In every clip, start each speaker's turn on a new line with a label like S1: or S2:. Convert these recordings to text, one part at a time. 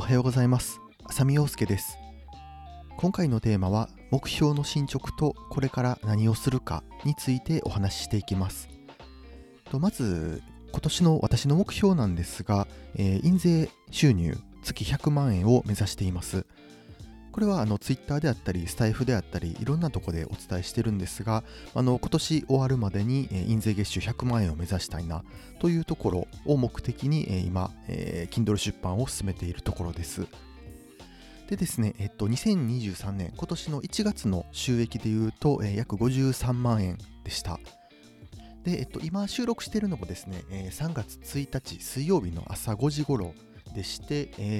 S1: はようございます。浅見陽介です。今回のテーマは目標の進捗とこれから何をするかについてお話ししていきます。まず今年の私の目標なんですが、印税収入月100万円を目指しています。これはツイッターであったりスタイフであったりいろんなところでお伝えしてるんですが、今年終わるまでに印税月収100万円を目指したいなというところを目的に今 Kindle 出版を進めているところです。でですね、2023年今年の1月の収益でいうと約53万円でした。で、今収録しているのもですね、3月1日水曜日の朝5時頃でして、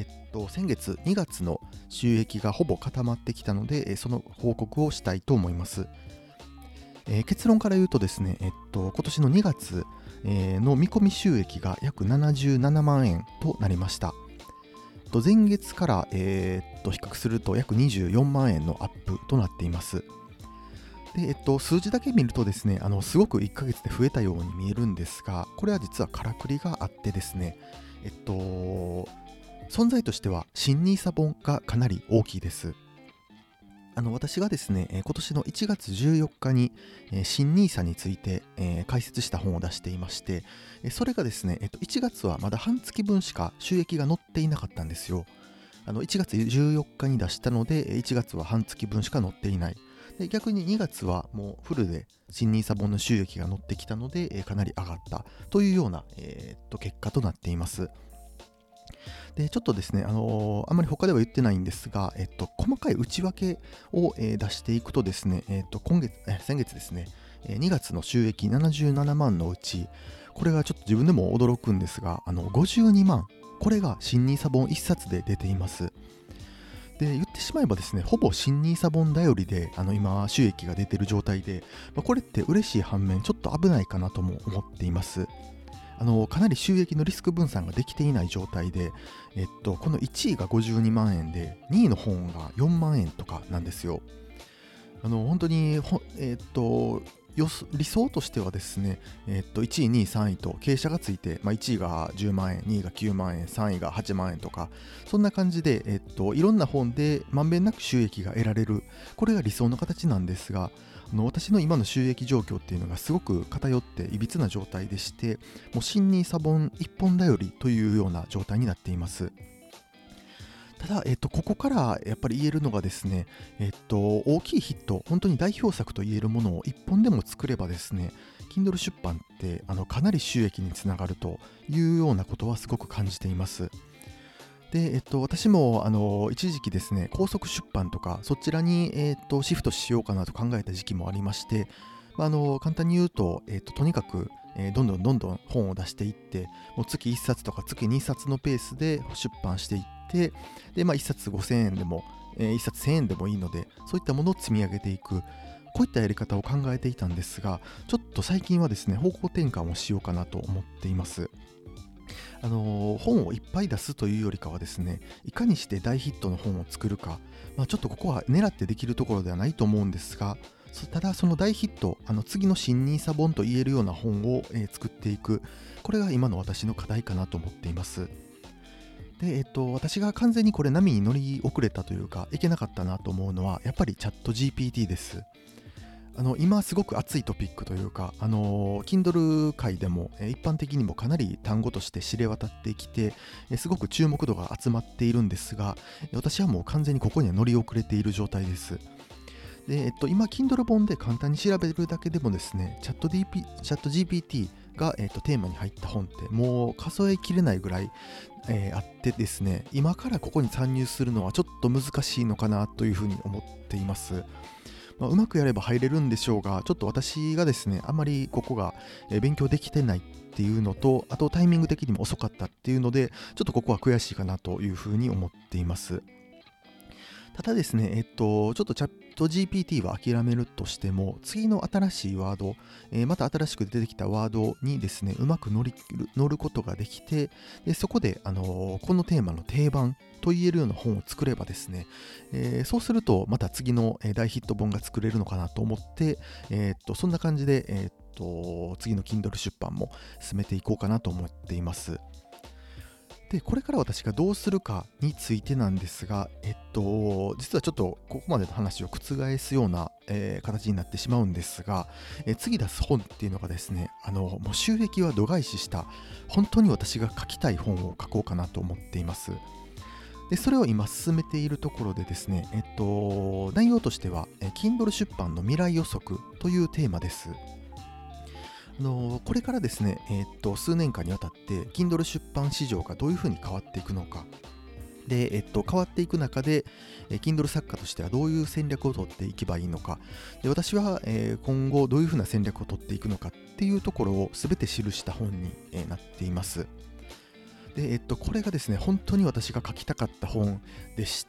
S1: 先月2月の収益がほぼ固まってきたので、その報告をしたいと思います。結論から言うとですね、今年の2月、の見込み収益が約77万円となりました。前月から、比較すると約24万円のアップとなっています。で、数字だけ見るとですね、すごく1ヶ月で増えたように見えるんですが、これは実はからくりがあってですね、存在としては新NISA本がかなり大きいです。私がですね、今年の1月14日に新NISAについて解説した本を出していまして、それがですね、1月はまだ半月分しか収益が載っていなかったんですよ。1月14日に出したので、1月は半月分しか載っていない。で、逆に2月はもうフルで新NISA本の収益が載ってきたので、かなり上がったというような、結果となっています。で、ちょっとですね、あんまり他では言ってないんですが、細かい内訳を、出していくとですね、先月ですね、2月の収益77万のうち、これがちょっと自分でも驚くんですが、52万、これが新NISA本1冊で出ています。で、言ってしまえばですね、ほぼ新NISA本頼りで今収益が出ている状態で、これって嬉しい反面ちょっと危ないかなとも思っています。かなり収益のリスク分散ができていない状態で、この1位が52万円で2位の本が4万円とかなんですよ。本当に理想としてはですね、1位、2位、3位と傾斜がついて、1位が10万円、2位が9万円、3位が8万円とか、そんな感じで、いろんな本でまんべんなく収益が得られる、これが理想の形なんですが、私の今の収益状況っていうのがすごく偏っていびつな状態でして、もう新NISA本1本頼りというような状態になっています。ただ、ここからやっぱり言えるのがですね、大きいヒット、本当に代表作と言えるものを一本でも作ればですね、Kindle 出版ってかなり収益につながるというようなことはすごく感じています。で、私も一時期ですね、高速出版とかそちらに、シフトしようかなと考えた時期もありまして、簡単に言うと、とにかくどんどん本を出していって、もう月1冊とか月2冊のペースで出版していって、で、1冊5000円でも、1冊1000円でもいいので、そういったものを積み上げていく、こういったやり方を考えていたんですが、ちょっと最近はですね、方向転換をしようかなと思っています。本をいっぱい出すというよりかはですね、いかにして大ヒットの本を作るか、ちょっとここは狙ってできるところではないと思うんですが、ただその大ヒット、次の新NISA本と言えるような本を、作っていく、これが今の私の課題かなと思っています。で、私が完全にこれ波に乗り遅れたというか、いけなかったなと思うのは、やっぱりチャット GPT です。今すごく熱いトピックというか、Kindle 界でも一般的にもかなり単語として知れ渡ってきて、すごく注目度が集まっているんですが、私はもう完全にここには乗り遅れている状態です。で、今 Kindle 本で簡単に調べるだけでもですね、チャット GPT が、テーマに入った本ってもう数えきれないぐらい、あってですね、今からここに参入するのはちょっと難しいのかなというふうに思っています。うまくやれば入れるんでしょうが、ちょっと私がですね、あまりここが勉強できてないっていうのと、あとタイミング的にも遅かったっていうので、ちょっとここは悔しいかなというふうに思っています。ただですね、ちょっとチャット GPT は諦めるとしても、次の新しいワード、また新しく出てきたワードにですね、うまく乗ることができて、でそこで、このテーマの定番と言えるような本を作ればですね、そうするとまた次の大ヒット本が作れるのかなと思って、そんな感じで、次の Kindle 出版も進めていこうかなと思っています。 で、これから私がどうするかについてなんですが、実はちょっとここまでの話を覆すような、形になってしまうんですが、次出す本っていうのがですね、もう収益は度外視した、本当に私が書きたい本を書こうかなと思っています。で、それを今進めているところでですね、内容としては、Kindle 出版の未来予測というテーマです。これからですね、数年間にわたって Kindle 出版市場がどういうふうに変わっていくのかで、変わっていく中で、Kindle 作家としてはどういう戦略を取っていけばいいのかで、私は、今後どういうふうな戦略を取っていくのかっていうところを全て記した本に、なっています。で、これがですね、本当に私が書きたかった本でして、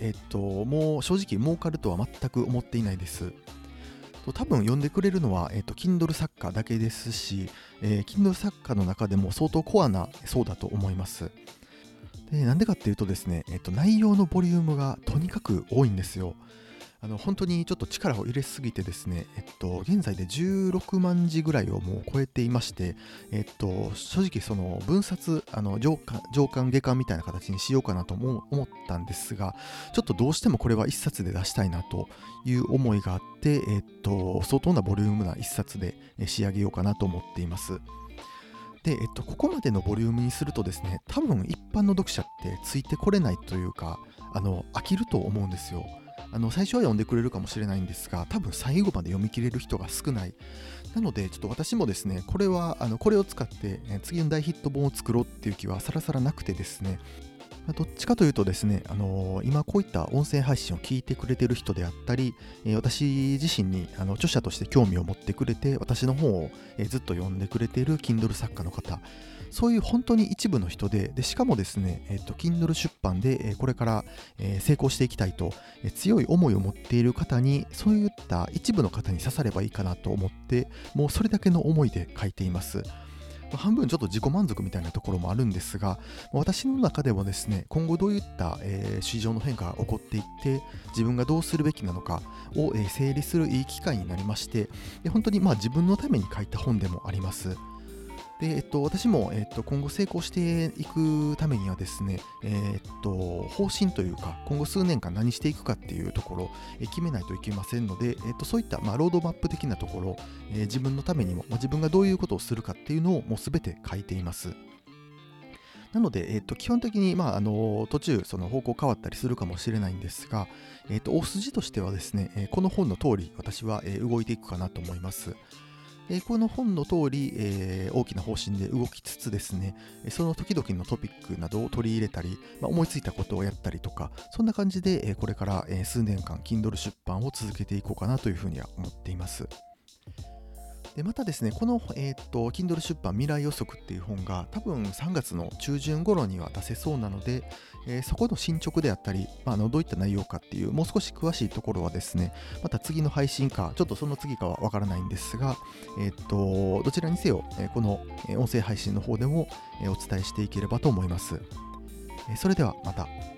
S1: もう正直儲かるとは全く思っていないです。多分読んでくれるのは、Kindle 作家だけですし、Kindle 作家の中でも相当コアな層だと思います。で、なんでかっていうとですね、内容のボリュームがとにかく多いんですよ。本当にちょっと力を入れすぎてですね、現在で16万字ぐらいをもう超えていまして、正直その分冊、上巻下巻みたいな形にしようかなとも思ったんですが、ちょっとどうしてもこれは一冊で出したいなという思いがあって、相当なボリュームな一冊で仕上げようかなと思っています。で、ここまでのボリュームにするとですね、多分一般の読者ってついてこれないというか、飽きると思うんですよ。最初は読んでくれるかもしれないんですが、多分最後まで読み切れる人が少ない。なので、ちょっと私もですね、これを使って、次の大ヒット本を作ろうっていう気はさらさらなくてですね、どっちかというとですね、今こういった音声配信を聞いてくれてる人であったり、私自身に著者として興味を持ってくれて、私の本を、ずっと読んでくれている Kindle 作家の方、そういう本当に一部の人で、しかもですね、Kindle 出版で、これから、成功していきたいと、強い思いを持っている方に、そういった一部の方に刺さればいいかなと思って、もうそれだけの思いで書いています。半分ちょっと自己満足みたいなところもあるんですが、私の中でもですね、今後どういった、市場の変化が起こっていって、自分がどうするべきなのかを、整理するいい機会になりまして、本当に自分のために書いた本でもあります。で、私も、今後成功していくためにはですね、方針というか、今後数年間何していくかっていうところ、決めないといけませんので、そういった、ロードマップ的なところ、自分のためにも、自分がどういうことをするかっていうのをもうすべて書いています。なので、基本的に、途中、その方向変わったりするかもしれないんですが、大筋としてはですね、この本の通り、私は、動いていくかなと思います。この本の通り、大きな方針で動きつつですね、その時々のトピックなどを取り入れたり、思いついたことをやったりとか、そんな感じで、これから、数年間 Kindle 出版を続けていこうかなというふうには思っています。で、またですね、この、Kindle 出版未来予測っていう本が多分3月の中旬頃には出せそうなので、そこの進捗であったり、どういった内容かっていうもう少し詳しいところはですね、また次の配信か、ちょっとその次かはわからないんですが、どちらにせよ、この音声配信の方でも、お伝えしていければと思います。それではまた。